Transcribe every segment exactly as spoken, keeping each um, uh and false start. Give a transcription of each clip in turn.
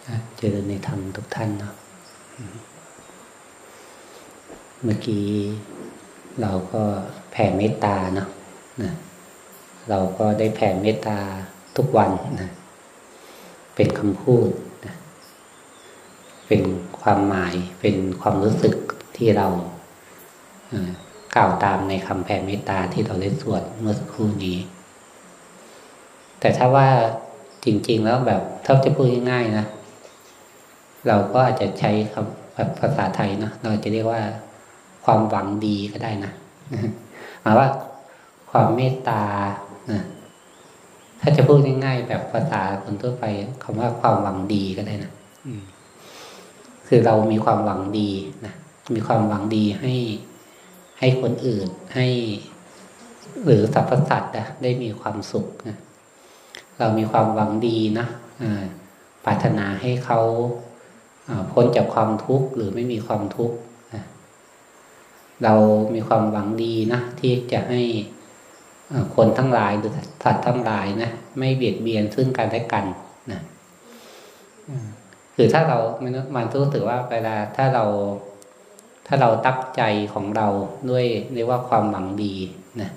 เจริญในธรรมทุกท่านเนาะเมื่อกี้เราก็แผ่เมตตาเนาะนะเราก็ได้แผ่เมตตาทุกวันนะเป็นคำพูดนะเป็นความหมายเป็นความรู้สึกที่เรากล่าวตามในคำแผ่เมตตาที่เราได้สวดเมื่อสักครู่นี้แต่ถ้าว่าจริงๆแล้วแบบถ้าจะพูดง่ายๆนะเราก็อาจจะใช้คำแบบภาษาไทยเนาะเราจะเรียกว่าความหวังดีก็ได้นะหมายว่าความเมตตานะถ้าจะพูดง่ายๆแบบภาษาคนทั่วไปคำว่าความหวังดีก็ได้นะคือเรามีความหวังดีนะมีความหวังดีให้ให้คนอื่นให้หรือสรรพสัตว์นะได้มีความสุขนะเรามีความหวังดีนะปรารถนาให้เขาพ้นจากความทุกข์หรือไม่มีความทุกข์นะเรามีความหวังดีนะที่จะให้คนทั้งหลายหรือสัตว์ทั้งหลายนะไม่เบียดเบียนซึ่งกันและกันนะคือถ้าเรามันรู้สึกว่าเวลาถ้าเราถ้าเราตั้งใจของเราด้วยเรียกว่าความหวังดีนะ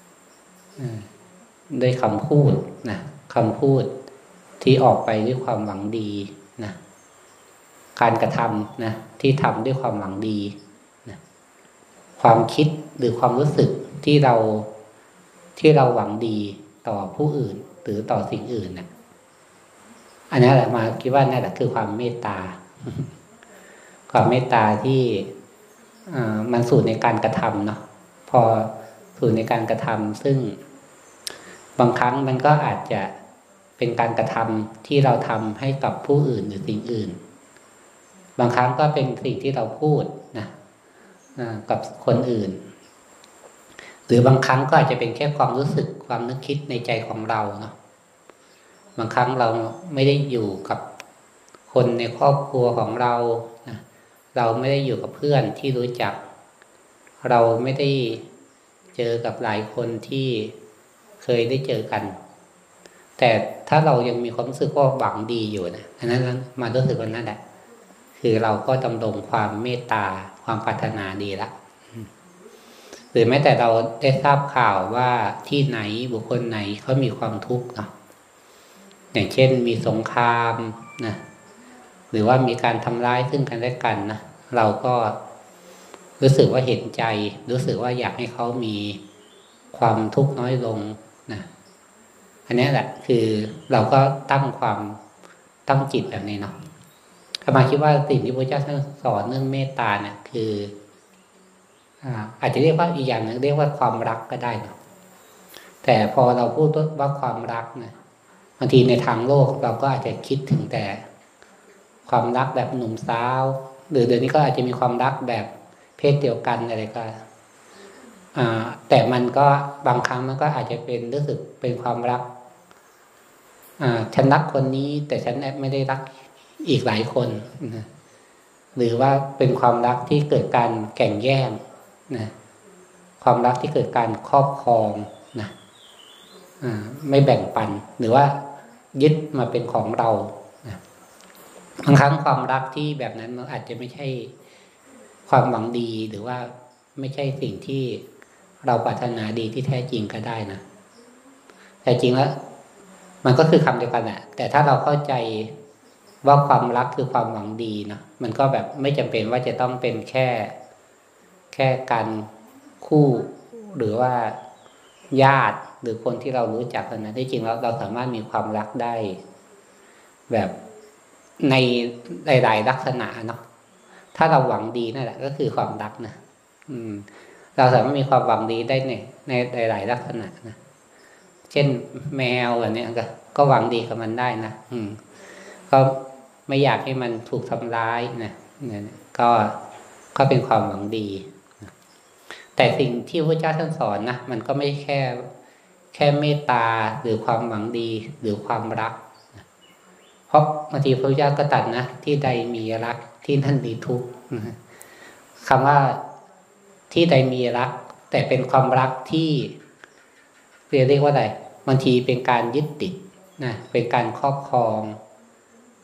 ด้วยคำพูดนะคำพูดที่ออกไปด้วยความหวังดีนะการกระทำนะที่ทำด้วยความหวังดีนะความคิดหรือความรู้สึกที่เราที่เราหวังดีต่อผู้อื่นหรือต่อสิ่งอื่นนะอันนี้แหละมาคิดว่านั่นแหละคือความเมตตา ความเมตตาที่มันสู่ในการกระทำเนาะพอสู่ในการกระทำซึ่งบางครั้งมันก็อาจจะเป็นการกระทำที่เราทำให้กับผู้อื่นหรือสิ่งอื่นบางครั้งก็เป็นสิ่งที่เราพูดนะกับคนอื่นหรือบางครั้งก็อาจจะเป็นแค่ความรู้สึกความนึกคิดในใจของเราเนาะบางครั้งเราไม่ได้อยู่กับคนในครอบครัวของเรานะเราไม่ได้อยู่กับเพื่อนที่รู้จักเราไม่ได้เจอกับหลายคนที่เคยได้เจอกันแต่ถ้าเรายังมีความรู้สึกว่าหวังดีอยู่นะอันนั้นมารู้สึกว่านั่นแหละคือเราก็ดำรงความเมตตาความปรารถนาดีละหรือแม้แต่เราได้ทราบข่าวว่าที่ไหนบุคคลไหนเขามีความทุกข์เนาะอย่างเช่นมีสงครามนะหรือว่ามีการทำร้ายซึ่งกันและกันนะเราก็รู้สึกว่าเห็นใจรู้สึกว่าอยากให้เขามีความทุกข์น้อยลงนะอันนี้แหละคือเราก็ตั้งความตั้งจิตแบบนี้เนาะอาตมาคิดว่าสิ่งที่พระเจ้าท่านสอนเรื่องเมตตาเนี่ยคืออ่าอาจจะเรียกว่าอีกอย่างนึงเรียกว่าความรักก็ได้เนาะแต่พอเราพูดว่าความรักเนี่ยบางทีในทางโลกเราก็อาจจะคิดถึงแต่ความรักแบบหนุ่มสาวหรือเดี๋ยวนี้ก็อาจจะมีความรักแบบเพศเดียวกันอะไรก็อ่าแต่มันก็บางครั้งมันก็อาจจะเป็นรู้สึกเป็นความรักอ่าฉันรักคนนี้แต่ฉันไม่ได้รักอีกหลายคนนะหรือว่าเป็นความรักที่เกิดการแข่งแย่งนะความรักที่เกิดการครอบครองนะอ่าไม่แบ่งปันหรือว่ายึดมาเป็นของเรานะบางครั้งความรักที่แบบนั้นมันอาจจะไม่ใช่ความหวังดีหรือว่าไม่ใช่สิ่งที่เราปรารถนาดีที่แท้จริงก็ได้นะแต่จริงแล้วมันก็คือคำเดียวกันแหละแต่ถ้าเราเข้าใจว่าความรักคือความหวังดีเนาะมันก็แบบไม่จำเป็นว่าจะต้องเป็นแค่แค่การคู่หรือว่าญาติหรือคนที่เรารู้จักกันนะที่จริงแล้วเราสามารถมีความรักได้แบบในหลายๆลักษณะเนาะถ้าเราหวังดีนั่นแหละก็คือความรักนะอืมเราสามารถมีความหวังดีได้ในในหลายๆลักษณะนะเช่นแมวแบบนี้ก็ก็หวังดีกับมันได้นะอืมก็ไม่อยากให้มันถูกทำร้ายนะเนี่ยก็ก็เป็นความหวังดีนะแต่สิ่งที่พระเจ้าท่านสอนนะมันก็ไม่แค่แค่เมตตาหรือความหวังดีหรือความรักนะเพราะบางทีพระเจ้าก็ตรัสนะที่ใดมีรักที่นั่นมีทุกข์นะคำว่าที่ใดมีรักแต่เป็นความรักที่เรียกว่าอะไรบางทีเป็นการยึดติดนะเป็นการครอบครอง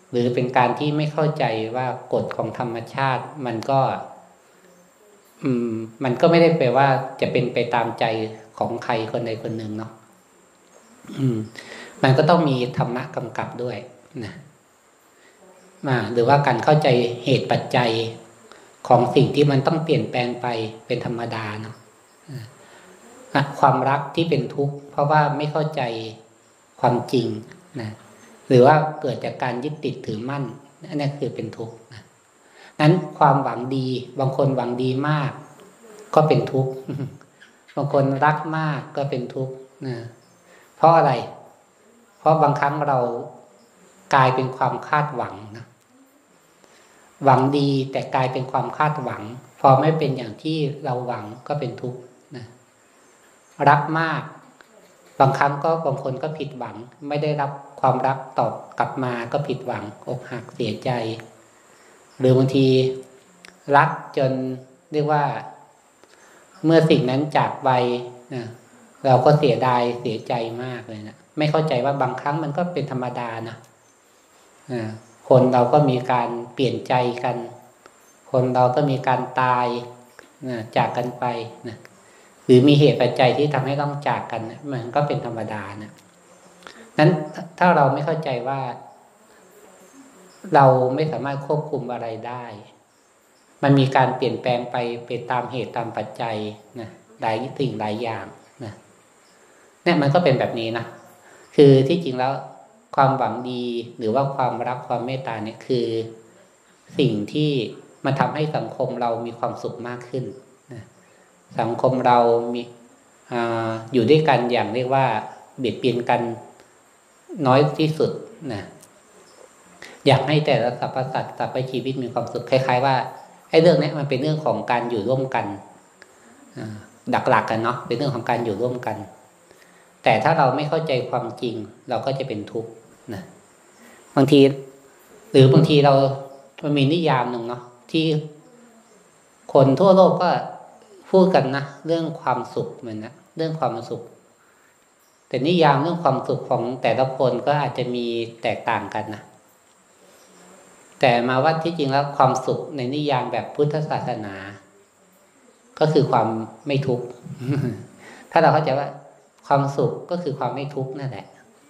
หรือเป็นการที่ไม่เข้าใจว่ากฎของธรรมชาติมันก็ อืม มันก็ไม่ได้แปลว่าจะเป็นไปตามใจของใครคนใดคนหนึ่งเนาะอืม มันก็ต้องมีธรรมะกำกับด้วยนะมาหรือว่าการเข้าใจเหตุปัจจัยของสิ่งที่มันต้องเปลี่ยนแปลงไปเป็นธรรมดาเนาะความรักที่เป็นทุกข์เพราะว่าไม่เข้าใจความจริงนะหรือว่าเกิดจากการยึดติดถือมั่นนั่นคือเป็นทุกข์นะนั้นความหวังดีบางคนหวังดีมากก็เป็นทุกข์บางคนรักมากก็เป็นทุกข์นะเพราะอะไรเพราะบางครั้งเรากลายเป็นความคาดหวังนะหวังดีแต่กลายเป็นความคาดหวังพอไม่เป็นอย่างที่เราหวังก็เป็นทุกข์นะรักมากบางครั้งก็บางคนก็ผิดหวังไม่ได้รับความรักตอบกลับมาก็ผิดหวังอกหักเสียใจหรือบางทีรักจนเรียกว่าเมื่อสิ่งนั้นจากไปนะเราก็เสียดายเสียใจมากเลยนะไม่เข้าใจว่าบางครั้งมันก็เป็นธรรมดานะคนเราก็มีการเปลี่ยนใจกันคนเราก็มีการตายนะจากกันไปนะหรือมีเหตุปัจจัยที่ทำให้ต้องจากกันนะมันก็เป็นธรรมดานะนั้นถ้าเราไม่เข้าใจว่าเราไม่สามารถควบคุมอะไรได้มันมีการเปลี่ยนแปลงไปเป็นตามเหตุตามปัจจัยนะหลายสิ่งหลายอย่างนะเนี่ยมันก็เป็นแบบนี้นะคือที่จริงแล้วความหวังดีหรือว่าความรักความเมตตาเนี่ยคือสิ่งที่มันทำให้สังคมเรามีความสุขมากขึ้นนะสังคมเรามีอ่าอยู่ด้วยกันอย่างเรียกว่าเบียดเบียนกันน้อยที่สุดนะอยากให้แต่ละสรรพสัตว์สรรพชีวิตมีความสุขคล้ายๆว่าไอ้เรื่องนี้มันเป็นเรื่องของการอยู่ร่วมกันดักหลักกันเนาะเป็นเรื่องของการอยู่ร่วมกันแต่ถ้าเราไม่เข้าใจความจริงเราก็จะเป็นทุกข์นะบางทีหรือบางทีเรามันมีนิยามหนึ่งเนาะที่คนทั่วโลกก็พูดกันนะเรื่องความสุขเหมือนนะเรื่องความสุขแต่นิยามเรื่องความสุขของแต่ละคนก็อาจจะมีแตกต่างกันนะแต่มาว่าที่จริงแล้วความสุขในนิยามแบบพุทธศาสนาก็คือความไม่ทุกข์ ถ้าเราเข้าใจว่าความสุขก็คือความไม่ทุกข์นั่นแหละ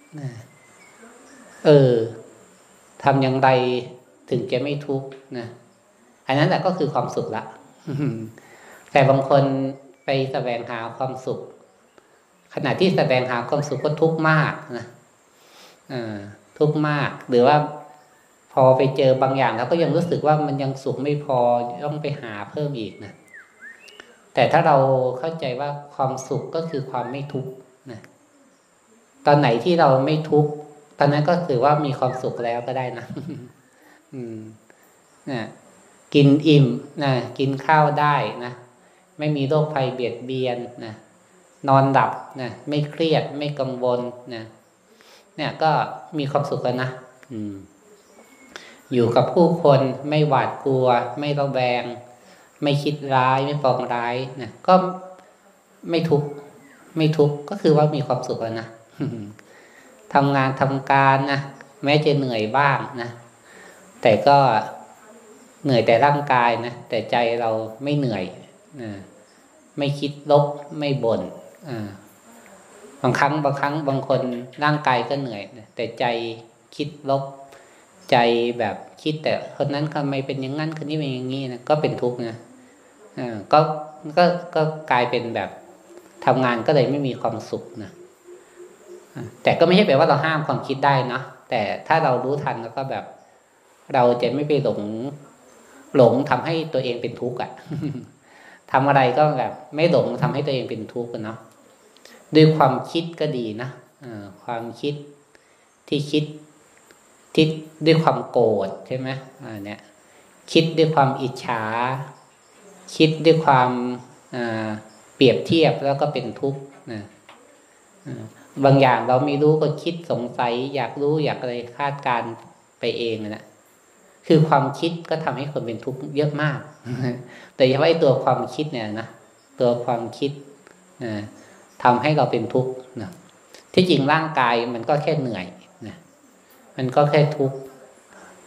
เออทำอย่างไรถึงจะไม่ทุกข์นะอันนั้นแหละก็คือความสุขละ แต่บางคนไปแสวงหาความสุขขณะที่แสวงหาความสุขก็ทุกข์มากนะทุกข์มากหรือว่าพอไปเจอบางอย่างแล้วก็ยังรู้สึกว่ามันยังสุขไม่พอต้องไปหาเพิ่มอีกนะแต่ถ้าเราเข้าใจว่าความสุขก็คือความไม่ทุกข์นะตอนไหนที่เราไม่ทุกข์ตอนนั้นก็ถือว่ามีความสุขแล้วก็ได้นะ อืมนะกินอิ่มนะกินข้าวได้นะไม่มีโรคภัยเบียดเบียนนะนอนหลับนะไม่เครียดไม่กังวลนะเนี่ยก็มีความสุขแล้วนะอืมอยู่กับผู้คนไม่หวาดกลัวไม่ระแวงไม่คิดร้ายไม่ปองร้ายนะก็ไม่ทุกข์ไม่ทุกข์ก็คือว่ามีความสุขแล้วนะ ทำงานทำการนะแม้จะเหนื่อยบ้างนะแต่ก็เหนื่อยแต่ร่างกายนะแต่ใจเราไม่เหนื่อยนะไม่คิดลบไม่บ่นอ่าบางครั้งบางครั้งบางคนร่างกายก็เหนื่อยนะแต่ใจคิดลบใจแบบคิดแต่คนนั้นทำไมเป็นอย่างนั้นคนนี้เป็นอย่างนี้นะก็เป็นทุกข์นะอ่าก็ก็ก็กลายเป็นแบบทำงานก็เลยไม่มีความสุขนะแต่ก็ไม่ใช่แปลว่าเราห้ามความคิดได้นะแต่ถ้าเรารู้ทันแล้วก็แบบเราจะไม่ไปหลงหลงทำให้ตัวเองเป็นทุกข์อ่ะ ทำอะไรก็แบบไม่หลงทำให้ตัวเองเป็นทุกข์กันเนาะด้วยความคิดก็ดีนะความคิดที่คิดที่ด้วยความโกรธใช่ไหมอ่าเนี่ยคิดด้วยความอิจฉาคิดด้วยความอ่าเปรียบเทียบแล้วก็เป็นทุกข์นะบางอย่างเราไม่รู้ก็คิดสงสัยอยากรู้อยากอะไรคาดการไปเองนะคือความคิดก็ทำให้คนเป็นทุกข์เยอะมาก แต่อย่าไว้ตัวความคิดเนี่ยนะตัวความคิดนะทำให้เราเป็นทุกข์นะที่จริงร่างกายมันก็แค่เหนื่อยนะมันก็แค่ทุกข์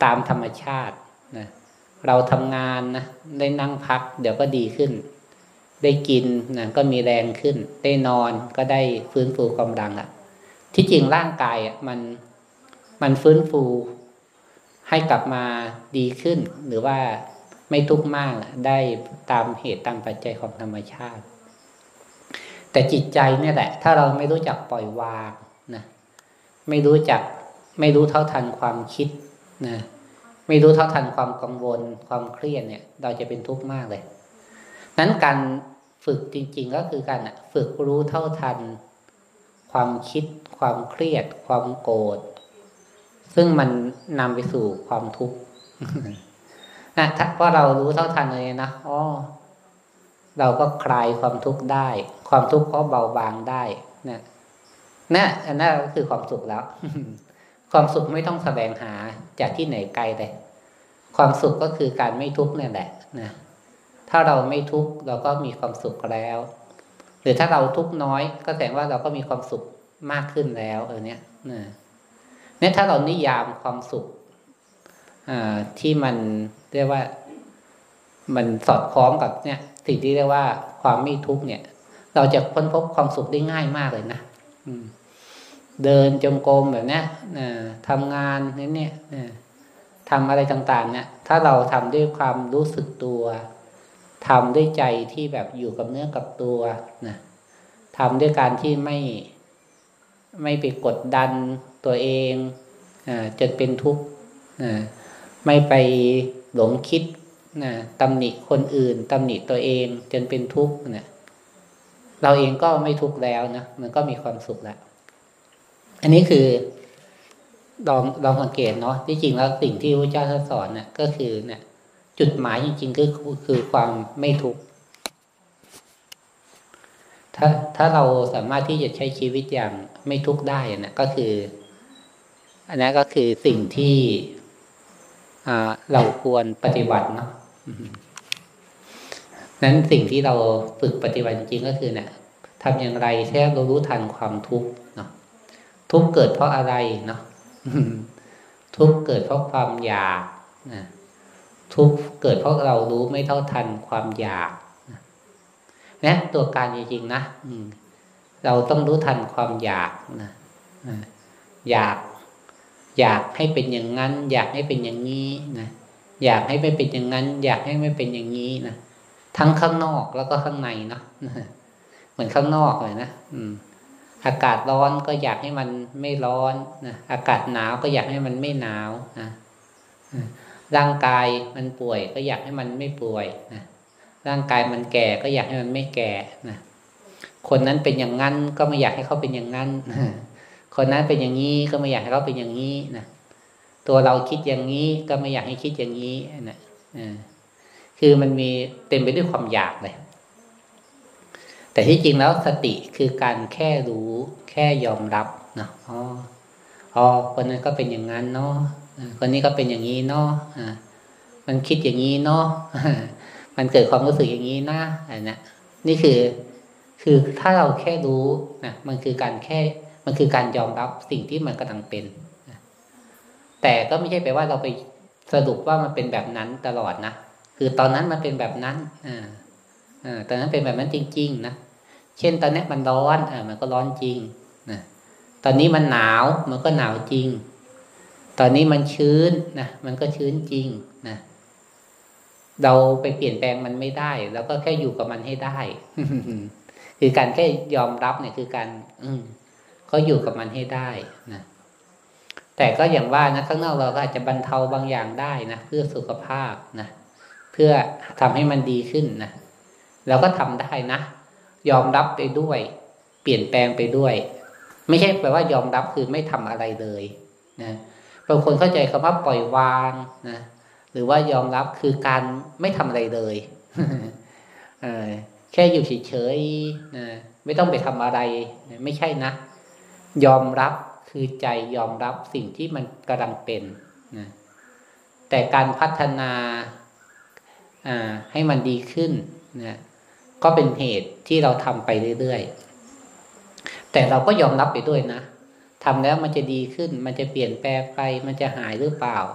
ตามธรรมชาตินะเราทำงานนะได้นั่งพักเดี๋ยวก็ดีขึ้นได้กินนะก็มีแรงขึ้นได้นอนก็ได้ฟื้นฟูกำลังอ่ะที่จริงร่างกายอ่ะมันมันฟื้นฟูให้กลับมาดีขึ้นหรือว่าไม่ทุกข์มากได้ตามเหตุตามปัจจัยของธรรมชาติแต่จิตใจเนี่ยแหละถ้าเราไม่รู้จักปล่อยวางนะไม่รู้จักไม่รู้เท่าทันความคิดนะไม่รู้เท่าทันความกังวลความเครียดเนี่ยเราจะเป็นทุกข์มากเลยนั้นการฝึกจริงๆก็คือการฝึกรู้เท่าทันความคิดความเครียดความโกรธซึ่งมันนำไปสู่ความทุกข์นะถ้าว่าเรารู้เท่าทันเลยนะอ๋อเราก็คลายความทุกข์ได้ความทุกข์ก็เบาบางได้นะนั่นอันนั้นก็คือความสุขแล้ว ความสุขไม่ต้องแสวงหาจากที่ไหนไกลเลยความสุขก็คือการไม่ทุกข์นั่นแหละนะถ้าเราไม่ทุกข์เราก็มีความสุขแล้วหรือถ้าเราทุกข์น้อยก็แสดงว่าเราก็มีความสุขมากขึ้นแล้วเออเนี้ยนะเนี่ยถ้าเรานิยามความสุขอ่าที่มันเรียกว่ามันสอดคล้องกับเนี่ยสิ่งที่เรียกว่าความไม่ทุกข์เนี่ยเราจะค้นพบความสุขได้ง่ายมากเลยนะเดินจงกรมแบบเนี้ยทำงานเนี่ยทำอะไรต่างๆเนี่ยถ้าเราทำด้วยความรู้สึกตัวทำด้วยใจที่แบบอยู่กับเนื้อกับตัวนะทำด้วยการที่ไม่ไม่ไปกดดันตัวเองอ่าจนเป็นทุกข์อ่าไม่ไปหลงคิดนะตำหนิคนอื่นตำหนิตัวเองจนเป็นทุกข์เนี่ยเราเองก็ไม่ทุกข์แล้วนะมันก็มีความสุขแล้วอันนี้คือลองลองสังเกตเนาะที่จริงแล้วสิ่งที่พระเจ้าสอนเนี่ยก็คือเนี่ยจุดหมายจริงๆก็คือความไม่ทุกข์ถ้าถ้าเราสามารถที่จะใช้ชีวิตอย่างไม่ทุกข์ได้นะก็คืออันนั้นก็คือสิ่งที่อ่าเราควรปฏิบัติเนาะนั้นสิ่งที่เราฝึกปฏิบัติจริงๆก็คือเนี่ยทำอย่างไรแค่เรารู้ทันความทุกข์เนาะทุกข์เกิดเพราะอะไรเนาะทุกข์เกิดเพราะความอยากนะทุกข์เกิดเพราะเรารู้ไม่เท่าทันความอยากนะตัวการจริงๆนะเราต้องรู้ทันความอยากนะอยากอยากให้เป็นอย่างนั้นอยากให้เป็นอย่างนี้นะอยากให้ไม่เป็นอย่างนั้นอยากให้ไม่เป็นอย่างนี้นะทั้งข้างนอกแล้วก็ข้างในเนาะเหมือนข้างนอกเลยนะอืมอากาศร้อนก็อยากให้มันไม่ร้อนนะอากาศหนาวก็อยากให้มันไม่หนาวนะร่างกายมันป่วยก็อยากให้มันไม่ป่วยนะร่างกายมันแก่ก็อยากให้มันไม่แก่นะคนนั้นเป็นอย่างนั้นก็ไม่อยากให้เขาเป็นอย่างนั้นคนนั้นเป็นอย่างนี้ก็ไม่อยากให้เขาเป็นอย่างนี้นะตัวเราคิดอย่างนี้ก็ไม่อยากให้คิดอย่างนี้นะคือมันมีเต็มไปด้วยความอยากเลยแต่ที่จริงแล้วสติคือการแค่รู้แค่ยอมรับเนาะอ๋ออ๋อคนนั้นก็เป็นอย่างนั้นเนาะคนนี้ก็เป็นอย่างนี้เนาะมันคิดอย่างนี้เนาะมันเกิดความรู้สึกอย่างนี้นะอันนี้นี่คือคือถ้าเราแค่รู้นะมันคือการแค่มันคือการยอมรับสิ่งที่มันกำลังเป็นแต่ก็ไม่ใช่แปลว่าเราไปสรุปว่ามันเป็นแบบนั้นตลอดนะคือตอนนั้นมันเป็นแบบนั้นอ่าอ่าตอนนั้นเป็นแบบนั้นจริงๆนะเช่นตอนนี้มันร้อนอ่ามันก็ร้อนจริงนะตอนนี้มันหนาวมันก็หนาวจริงตอนนี้มันชื้นนะมันก็ชื้นจริงนะเราไปเปลี่ยนแปลงมันไม่ได้แล้วก็แค่อยู่กับมันให้ได้ คือการแค่ยอมรับเนี่ยคือการอืมก็อยู่กับมันให้ได้นะแต่ก็อย่างว่านะข้างนอกเราก็อาจจะบรรเทาบางอย่างได้นะเพื่อสุขภาพนะเพื่อทำให้มันดีขึ้นนะเราก็ทำได้นะยอมรับไปด้วยเปลี่ยนแปลงไปด้วยไม่ใช่แปลว่ายอมรับคือไม่ทำอะไรเลยนะบางคนเข้าใจคำว่าปล่อยวางนะหรือว่ายอมรับคือการไม่ทำอะไรเลย เออแค่อยู่เฉยๆนะไม่ต้องไปทำอะไรนะไม่ใช่นะยอมรับคือใจยอมรับสิ่งที่มันกำลังเป็นนะแต่การพัฒนาอ่าให้มันดีขึ้นนะก็เป็นเหตุที่เราทำไปเรื่อยๆแต่เราก็ยอมรับไปด้วยนะทำแล้วมันจะดีขึ้นมันจะเปลี่ยนแปลงไปมันจะหายหรือเปล่า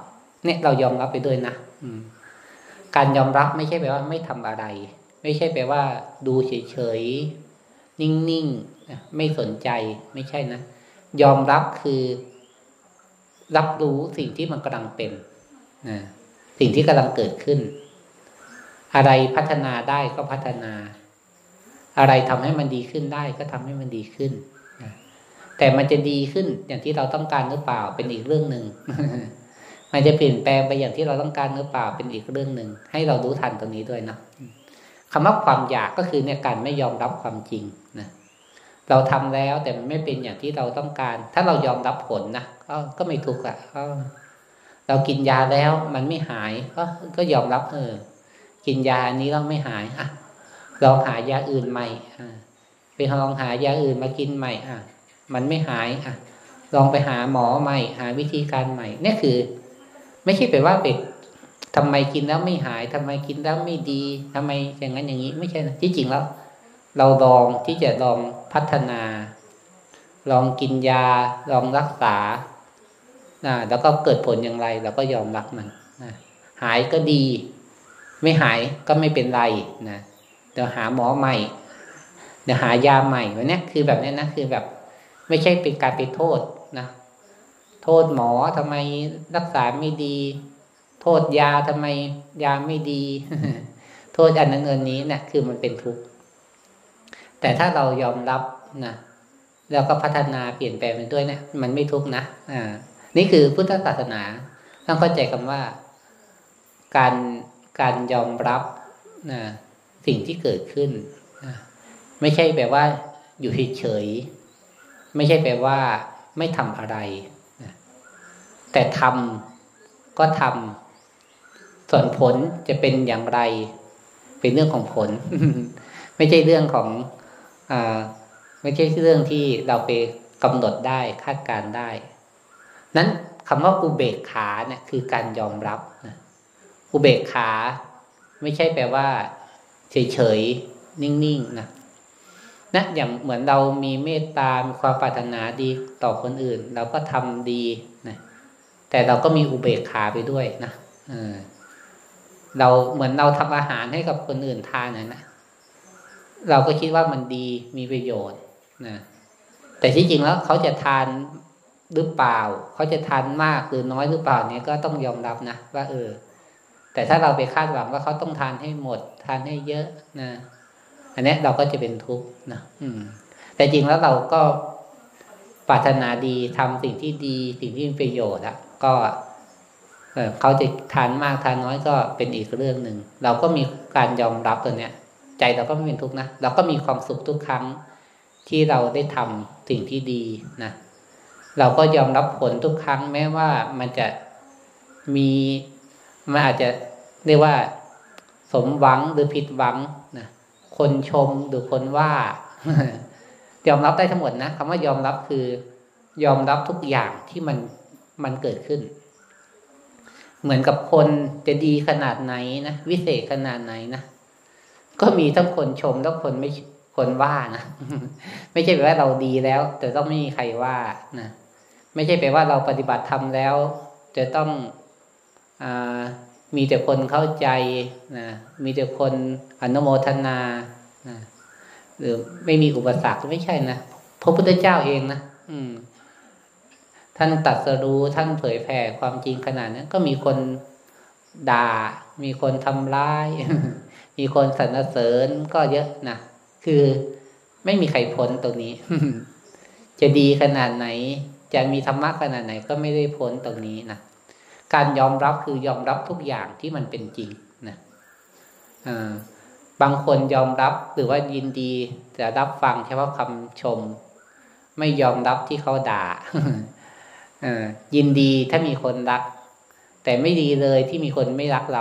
เนี่ยเรายอมรับไปด้วยนะการยอมรับไม่ใช่แปลว่าไม่ทำอะไรไม่ใช่แปลว่าดูเฉยๆนิ่งๆไม่สนใจไม่ใช่นะยอมรับคือรับรู้สิ่งที่มันกำลังเป็นนะสิ่งที่กำลังเกิดขึ้นอะไรพัฒนาได้ก็พัฒนาอะไรทำให้มันดีขึ้นได้ก็ทำให้มันดีขึ้นนะแต่มันจะดีขึ้นอย่างที่เราต้องการหรือเปล่าเป็นอีกเรื่องหนึ่ง มันจะเปลี่ยนแปลงไปอย่างที่เราต้องการหรือเปล่าเป็นอีกเรื่องหนึ่งให้เรารู้ทันตรงนี้ด้วยนะคำว่าความอยากก็คือเนี่ยการไม่ยอมรับความจริงนะเราทำแล้วแต่มันไม่เป็นอย่างที่เราต้องการถ้าเรายอมรับผลนะก็ก็ไม่ทุกข์อ่ะก็เรากินยาแล้วมันไม่หายก็ก็ยอมรับเออกินยานี้แล้วไม่หายอ่ะลองหายาอื่นใหม่อ่าไปลองหายาอื่นมากินใหม่อ่ะมันไม่หายอ่ะลองไปหาหมอใหม่หาวิธีการใหม่เนี่ยคือไม่ใช่แปลว่าเป็ดทำไมกินแล้วไม่หายทำไมกินแล้วไม่ดีทำไมอย่างนั้นอย่างนี้ไม่ใช่นะที่จริงแล้วเราลองที่จะลองพัฒนาลองกินยาลองรักษานะแล้วก็เกิดผลอย่างไรเราก็ยอมรับมันนะหายก็ดีไม่หายก็ไม่เป็นไรนะเดี๋ยวหาหมอใหม่เดี๋ยวหายาใหม่วันนี้คือแบบนี้นะคือแบบไม่ใช่เป็นการไปโทษนะโทษหมอทำไมรักษาไม่ดีโทษยาทำไมยาไม่ดี โทษอันนั้นอันนี้นะคือมันเป็นทุกข์แต่ถ้าเรายอมรับนะแล้วก็พัฒนาเปลี่ยนแปลงไปด้วยเนะมันไม่ทุกข์นะอ่านี่คือพุทธศาสนาต้องเข้าใจคำว่าการการยอมรับนะสิ่งที่เกิดขึ้นนะไม่ใช่แปลว่าอยู่เฉยๆไม่ใช่แปลว่าไม่ทำอะไรนะแต่ทำก็ทำส่วนผลจะเป็นอย่างไรเป็นเรื่องของผล ไม่ใช่เรื่องของอ่าไม่ใช่เรื่องที่เราไปกำหนดได้คาดการได้นั้นคำว่าอุเบกขาเนี่ยคือการยอมรับนะอุเบกขาไม่ใช่แปลว่าเฉยๆนิ่งๆนะนะอย่างเหมือนเรามีเมตตามีความปรารถนาดีต่อคนอื่นเราก็ทำดีนะแต่เราก็มีอุเบกขาไปด้วยนะเออเราเหมือนเราทำอาหารให้กับคนอื่นทานนะนะเราก็คิดว่ามันดีมีประโยชน์นะแต่ที่จริงแล้วเขาจะทานหรือเปล่าเขาจะทานมากหรือน้อยหรือเปล่าเนี่ยก็ต้องยอมรับนะว่าเออแต่ถ้าเราไปคาดหวังว่าเขาต้องทานให้หมดทานให้เยอะนะอันนี้เราก็จะเป็นทุกข์นะอืมแต่จริงแล้วเราก็ปรารถนาดีทำสิ่งที่ดีสิ่งที่มีประโยชน์อะก็เออเขาจะทานมากทานน้อยก็เป็นอีกเรื่องหนึ่งเราก็มีการยอมรับตัวเนี้ยใจเราก็ไม่เป็นทุกข์นะเราก็มีความสุขทุกครั้งที่เราได้ทำสิ่งที่ดีนะเราก็ยอมรับผลทุกครั้งแม้ว่ามันจะมีมันอาจจะเรียกว่าสมหวังหรือผิดหวังนะคนชมหรือคนว่ายอมรับได้ทั้งหมดนะคำว่ายอมรับคือยอมรับทุกอย่างที่มันมันเกิดขึ้นเหมือนกับคนจะดีขนาดไหนนะวิเศษขนาดไหนนะก็มีทั้งคนชมและคนไม่คนว่านะ ไม่ใช่แปลว่าเราดีแล้วแต่ต้องไม่มีใครว่านะไม่ใช่แปลว่าเราปฏิบัติธรรมแล้วจะต้องอ่ามีแต่คนเข้าใจนะมีแต่คนอนุโมทนานะหรือไม่มีอุปสรรคไม่ใช่นะพระพุทธเจ้าเองนะอืมท่านตรัสรู้ท่านเผยแผ่ความจริงขนาดนั้นก็มีคนด่ามีคนทำร้าย มีคนสรรเสริญก็เยอะนะคือไม่มีใครพ้นตรงนี้ จะดีขนาดไหนจะมีธรรมะขนาดไหนก็ไม่ได้พ้นตรงนี้นะการยอมรับคือยอมรับทุกอย่างที่มันเป็นจริงนะบางคนยอมรับหรือว่ายินดีจะรับฟังเฉพาะคำชมไม่ยอมรับที่เขาด่า ยินดีถ้ามีคนรักแต่ไม่ดีเลยที่มีคนไม่รักเรา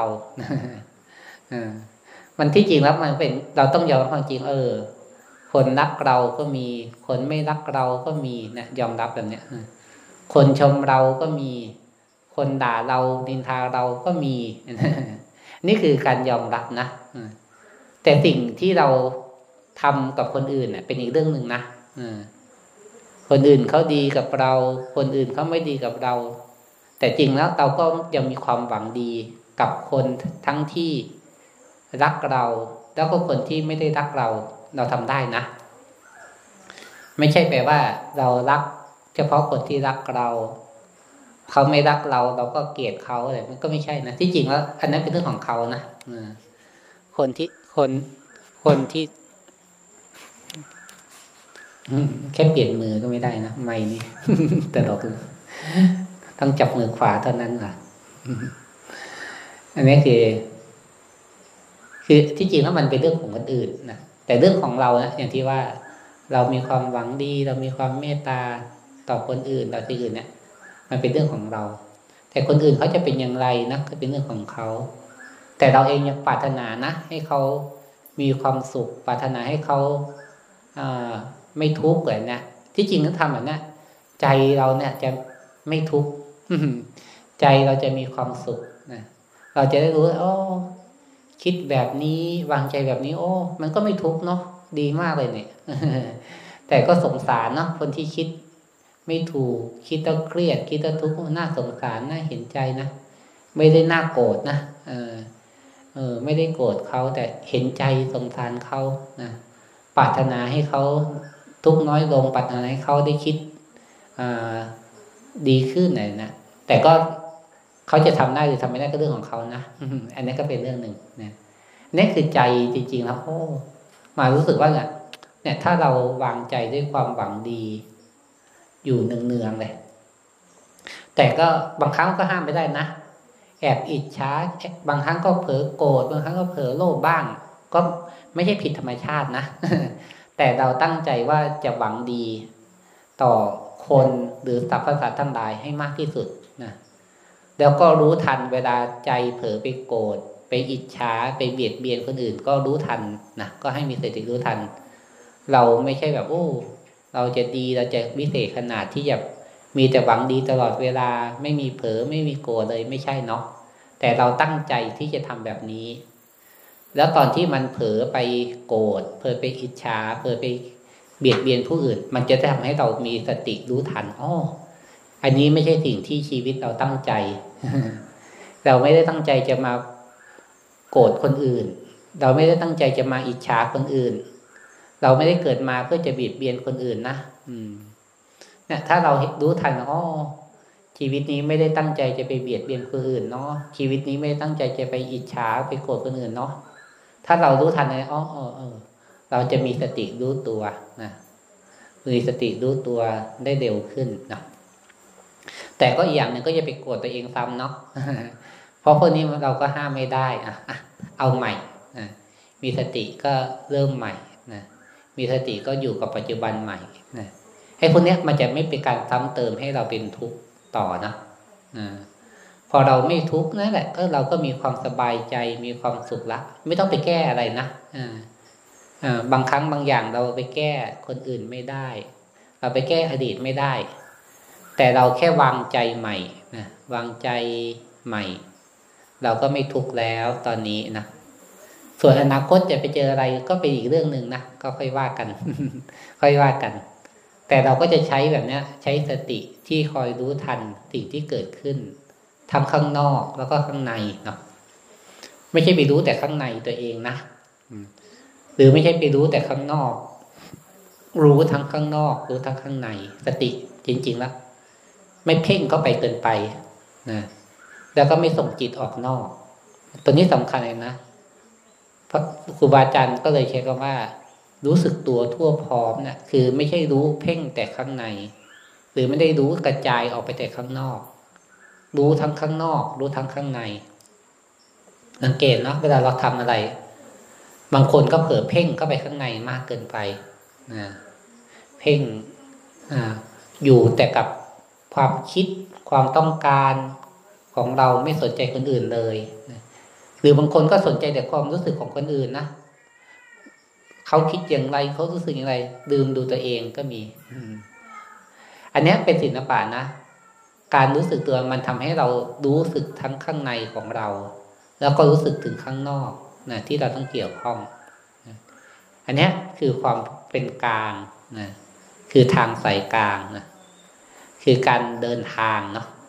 มันที่จริงแล้วมันเป็นเราต้องยอมรับความจริงเออคนรักเราก็มีคนไม่รักเราก็มีนะยอมรับแบบเนี้ยคนชมเราก็มีคนด่าเรานินทาเราก็มี นี่คือการยอมรับนะแต่สิ่งที่เราทำกับคนอื่นเป็นอีกเรื่องหนึ่งนะคนอื่นเขาดีกับเราคนอื่นเขาไม่ดีกับเราแต่จริงแล้วเราก็ยังมีความหวังดีกับคนทั้งที่รักเราแล้วก็คนที่ไม่ได้รักเราเราทำได้นะไม่ใช่แปลว่าเรารักเฉพาะคนที่รักเราเขาไม่รักเราเราก็เกลียดเขาอะไรมันก็ไม่ใช่นะที่จริงแล้วอันนั้นเป็นเรื่องของเขานะคนที่คนคนที่แค่เปลี่ยนมือก็ไม่ได้นะไม่นี่แต่เราต้องจับมือขวาเท่านั้นล่ะอันนี้คือคือที่จริงแล้วมันเป็นเรื่องของคนอื่นนะแต่เรื่องของเรานะอย่างที่ว่าเรามีความหวังดีเรามีความเมตตาต่อคนอื่นต่อที่อื่นเนี่ยมันเป็นเรื่องของเราแต่คนอื่นเขาจะเป็นอย่างไรนะก็เป็นเรื่องของเขาแต่เราเองยังปรารถนานะให้เขามีความสุขปรารถนาให้เขาอ่าไม่ทุกข์เลยนะที่จริงต้องทำแบบนี้ใจเราเนี่ยจะไม่ทุกข์ใจเราจะมีความสุขนะเราจะได้รู้ว่าโอ้คิดแบบนี้วางใจแบบนี้โอ้มันก็ไม่ทุกข์เนาะดีมากเลยเนี่ยแต่ก็สงสารเนาะคนที่คิดไม่ถูกคิดแล้วเครียดคิดแล้วทุกข์น่าสงสารน่าเห็นใจนะไม่ได้น่าโกรธนะเออเออไม่ได้โกรธเขาแต่เห็นใจสงสารเขานะปรารถนาให้เขาทุกข์น้อยลงปรารถนาให้เขาได้คิดอ่าดีขึ้นหน่อยนะแต่ก็เขาจะทำได้หรือทำไม่ได้ก็เรื่องของเขานะอันนี้ก็เป็นเรื่องหนึ่งนะนี่คือใจจริงๆแล้วโอ้มารู้สึกว่าเนี่ยเนี่ยถ้าเราวางใจด้วยความหวังดีอยู่เนืองๆเลยแต่ก็บางครั้งก็ห้ามไม่ได้นะแอบอิจฉาบางครั้งก็เผลอโกรธบางครั้งก็เผลอโลภบ้างก็ไม่ใช่ผิดธรรมชาตินะ แต่เราตั้งใจว่าจะหวังดีต่อคนหรือสรรพสัตว์ทั้งหลายให้มากที่สุดนะแล้วก็รู้ทันเวลาใจเผลอไปโกรธไปอิจฉาไปเบียดเบียนคนอื่นก็รู้ทันนะก็ให้มีสติรู้ทันเราไม่ใช่แบบโอ้เราจะดีเราจะวิเศษขนาดที่จะมีแต่หวังดีตลอดเวลาไม่มีเผลอไม่มีโกรธเลยไม่ใช่เนาะแต่เราตั้งใจที่จะทำแบบนี้แล้วตอนที่มันเผลอไปโกรธเผลอไปอิจฉาเผลอไปเบียดเบียนผู้อื่นมันจะทำให้เรามีสติรู้ทันอ๋ออันนี้ไม่ใช่สิ่งที่ชีวิตเราตั้งใจ เราไม่ได้ตั้งใจจะมาโกรธคนอื่นเราไม่ได้ตั้งใจจะมาอิจฉาคนอื่นเราไม่ได้เกิดมาเพื่อจะเบียดเบียนคนอื่นนะอืมเนี่ยถ้าเรารู้ทันอ๋อชีวิตนี้ไม่ได้ตั้งใจจะไปเบียดเบียนคนอื่นเนาะชีวิตนี้ไม่ได้ตั้งใจจะไปอิจฉาไปโกรธคนอื่นเนาะถ้าเรารู้ทันเลยอ๋อเออเออเราจะมีสติรู้ตัวนะมีสติรู้ตัวได้เร็วขึ้นนะแต่ก็อีกอย่างหนึ่งก็อย่าไปโกรธตัวเองซ้ำเนาะ เพราะพวกนี้เราก็ห้ามไม่ได้อ่ะเอาใหม่นะมีสติก็เริ่มใหม่นะมีสติก็อยู่กับปัจจุบันใหม่นะไอ้พวกนี้มันจะไม่เป็นการซ้ำเติมให้เราเป็นทุกข์ต่อนะนะพอเราไม่ทุกข์นั่นแหละก็เราก็มีความสบายใจมีความสุขละไม่ต้องไปแก้อะไรนะอ่าอ่าบางครั้งบางอย่างเราไปแก้คนอื่นไม่ได้เราไปแก้อดีตไม่ได้แต่เราแค่วางใจใหม่นะวางใจใหม่เราก็ไม่ทุกข์แล้วตอนนี้นะส่วนอนาคตจะไปเจออะไรก็เป็นอีกเรื่องหนึ่งนะก็ค่อยว่ากัน ค่อยว่ากันแต่เราก็จะใช้แบบนี้ใช้สติที่คอยรู้ทันสิ่งที่เกิดขึ้นทั้งข้างนอกแล้วก็ข้างในเนาะไม่ใช่ไปรู้แต่ข้างในตัวเองนะหรือไม่ใช่ไปรู้แต่ข้างนอกรู้ทั้งข้างนอกรู้ทั้งข้างในสติจริงๆแล้วไม่เพ่งเข้าไปเกินไปนะแล้วก็ไม่ส่งจิตออกนอกตัวนี้สำคัญเลยนะเพราะครูบาอาจารย์ก็เลยใช้คำว่ารู้สึกตัวทั่วพร้อมนะคือไม่ใช่รู้เพ่งแต่ข้างในหรือไม่ได้รู้กระจายออกไปแต่ข้างนอกรู้ทั้งข้างนอกรู้ทั้งข้างในสังเกตเนาะเวลาเราทำอะไรบางคนก็เผลอเพ่งเข้าไปข้างในมากเกินไปนะเพ่งอ่าอยู่แต่กับความคิดความต้องการของเราไม่สนใจคนอื่นเลยนะหรือบางคนก็สนใจแต่ความรู้สึกของคนอื่นนะเขาคิดอย่างไรเขารู้สึกอย่างไรลืมดูตัวเองก็มีอันนี้เป็นศิลปะนะการรู้สึกตัวมันทำให้เรารู้สึกทั้งข้างในของเราแล้วก็รู้สึกถึงข้างนอกนะที่เราต้องเกี่ยวข้องนะอันนี้คือความเป็นกลางนะคือทางสายกลางนะคือการเดินทางเนาะ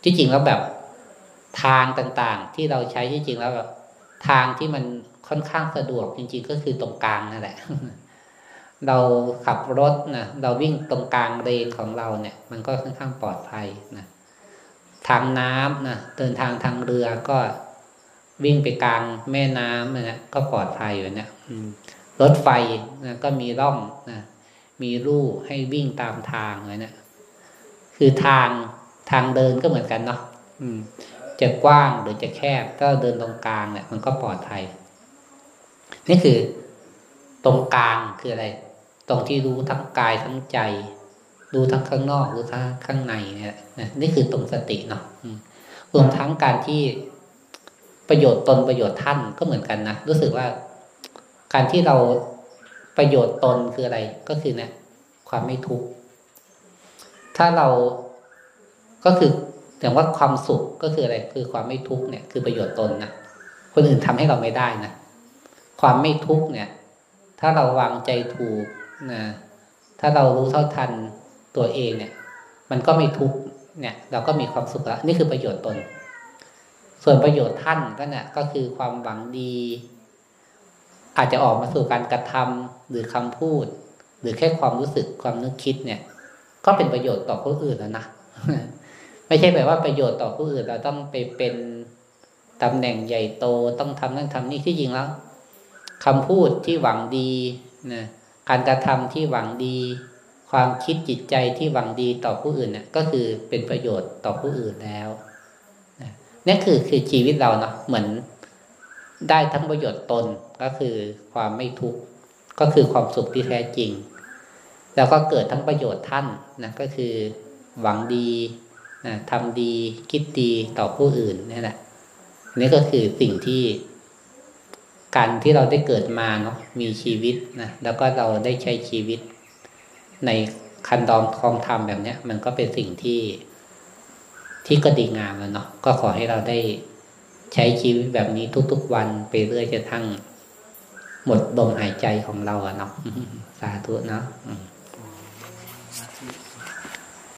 ที่จริงแล้วแบบทางต่างๆที่เราใช้ที่จริงแล้วแบบทางที่มันค่อนข้างสะดวกจริงๆก็คือตรงกลางนั่นแหละ เราขับรถนะเราวิ่งตรงกลางเลนของเราเนี่ยมันก็ค่อนข้างปลอดภัยนะทางน้ำนะเดินทางทางเรือก็วิ่งไปกลางแม่น้ำนะก็ปลอดภัยอยู่เนี่ยรถไฟนะก็มีร่องนะมีลู่ให้วิ่งตามทางเลยนะคือทางทางเดินก็เหมือนกันเนาะจะกว้างหรือจะแคบถ้าเดินตรงกลางเนี่ยมันก็ปลอดภัยนี่คือตรงกลางคืออะไรตรงที่รู้ทั้งกายทั้งใจรู้ทั้งข้างนอกรู้ทั้งข้างในเนี่ยนี่คือตรงสติเนาะรวมทั้งการที่ประโยชน์ตนประโยชน์ท่านก็เหมือนกันนะรู้สึกว่าการที่เราประโยชน์ตนคืออะไรก็คือเนี่ยความไม่ทุกข์ถ้าเราก็คืออย่างว่าความสุขก็คืออะไรคือความไม่ทุกข์เนี่ยคือประโยชน์ตนนะคนอื่นทำให้เราไม่ได้นะความไม่ทุกข์เนี่ยถ้าเราวางใจถูกนะถ้าเรารู้เท่าทันตัวเองเนี่ยมันก็ไม่ทุกข์เนี่ยเราก็มีความสุขแล้วนี่คือประโยชน์ตนส่วนประโยชน์ท่านก็เนี่ยก็คือความหวังดีอาจจะออกมาสู่การกระทำหรือคำพูดหรือแค่ความรู้สึกความนึกคิดเนี่ยก็เป็นประโยชน์ต่อผู้อื่นแล้วนะ ไม่ใช่แบบว่าประโยชน์ต่อผู้อื่นเราต้องไปเป็นตำแหน่งใหญ่โตต้องทำนั่นทำนี่ที่จริงแล้วคำพูดที่หวังดีนะการกระทำที่หวังดีความคิดจิตใจที่หวังดีต่อผู้อื่นเนี่ยก็คือเป็นประโยชน์ต่อผู้อื่นแล้วนะนี่คือคือชีวิตเราเนาะเหมือนได้ทั้งประโยชน์ตนก็คือความไม่ทุกข์ก็คือความสุขที่แท้จริงแล้วก็เกิดทั้งประโยชน์ท่านนะก็คือหวังดีนะทำดีคิดดีต่อผู้อื่นนี่แหละนี่ก็คือสิ่งที่การที่เราได้เกิดมาเนาะมีชีวิตนะแล้วก็เราได้ใช้ชีวิตในคันดองคองธรรมแบบเนี้ยมันก็เป็นสิ่งที่ที่ก็ดีงามแล้วเนาะก็ขอให้เราได้ใช้ชีวิตแบบนี้ทุกๆวันไปเรื่อยจนทั้งหมดลมหายใจของเราอะเนาะสาธุเนาะ